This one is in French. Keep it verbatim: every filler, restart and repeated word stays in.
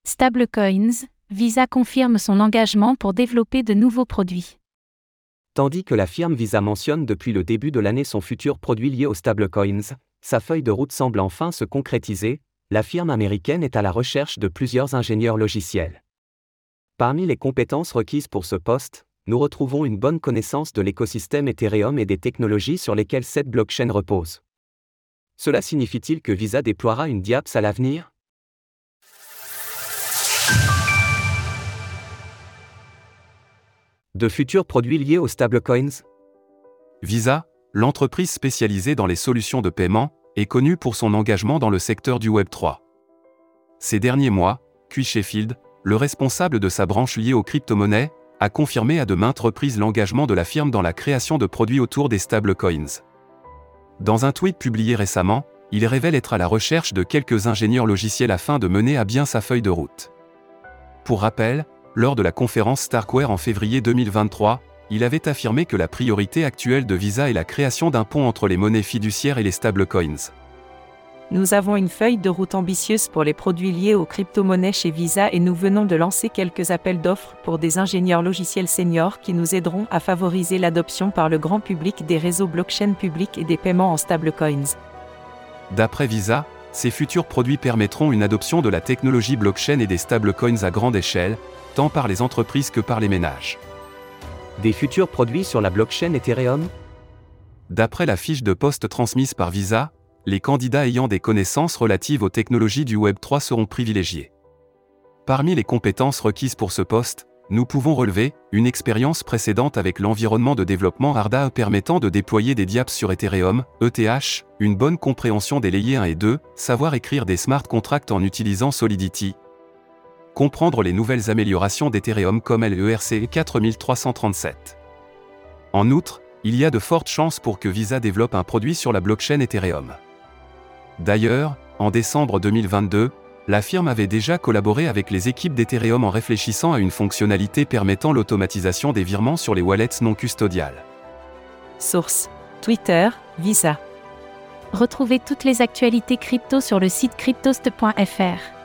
Stablecoins, Visa confirme son engagement pour développer de nouveaux produits. Tandis que la firme Visa mentionne depuis le début de l'année son futur produit lié aux stablecoins, sa feuille de route semble enfin se concrétiser. La firme américaine est à la recherche de plusieurs ingénieurs logiciels. Parmi les compétences requises pour ce poste, nous retrouvons une bonne connaissance de l'écosystème Ethereum et des technologies sur lesquelles cette blockchain repose. Cela signifie-t-il que Visa déploiera une DApps à l'avenir ? De futurs produits liés aux stablecoins ? Visa, l'entreprise spécialisée dans les solutions de paiement, est connue pour son engagement dans le secteur du Web trois. Ces derniers mois, Quy Sheffield, le responsable de sa branche liée aux crypto-monnaies, a confirmé à de maintes reprises l'engagement de la firme dans la création de produits autour des stablecoins. Dans un tweet publié récemment, il révèle être à la recherche de quelques ingénieurs logiciels afin de mener à bien sa feuille de route. Pour rappel, lors de la conférence Starkware en février deux mille vingt-trois, il avait affirmé que la priorité actuelle de Visa est la création d'un pont entre les monnaies fiduciaires et les stablecoins. Nous avons une feuille de route ambitieuse pour les produits liés aux crypto-monnaies chez Visa et nous venons de lancer quelques appels d'offres pour des ingénieurs logiciels seniors qui nous aideront à favoriser l'adoption par le grand public des réseaux blockchain publics et des paiements en stablecoins. D'après Visa, ces futurs produits permettront une adoption de la technologie blockchain et des stablecoins à grande échelle, tant par les entreprises que par les ménages. Des futurs produits sur la blockchain Ethereum ? D'après la fiche de poste transmise par Visa, les candidats ayant des connaissances relatives aux technologies du Web trois seront privilégiés. Parmi les compétences requises pour ce poste, nous pouvons relever une expérience précédente avec l'environnement de développement R D A permettant de déployer des DApps sur Ethereum, E T H, une bonne compréhension des layers un et deux, savoir écrire des smart contracts en utilisant Solidity, comprendre les nouvelles améliorations d'Ethereum comme l'E R C quatre trois trois sept. En outre, il y a de fortes chances pour que Visa développe un produit sur la blockchain Ethereum. D'ailleurs, en décembre deux mille vingt-deux, la firme avait déjà collaboré avec les équipes d'Ethereum en réfléchissant à une fonctionnalité permettant l'automatisation des virements sur les wallets non custodiales. Source : Twitter, Visa. Retrouvez toutes les actualités crypto sur le site cryptost point f r.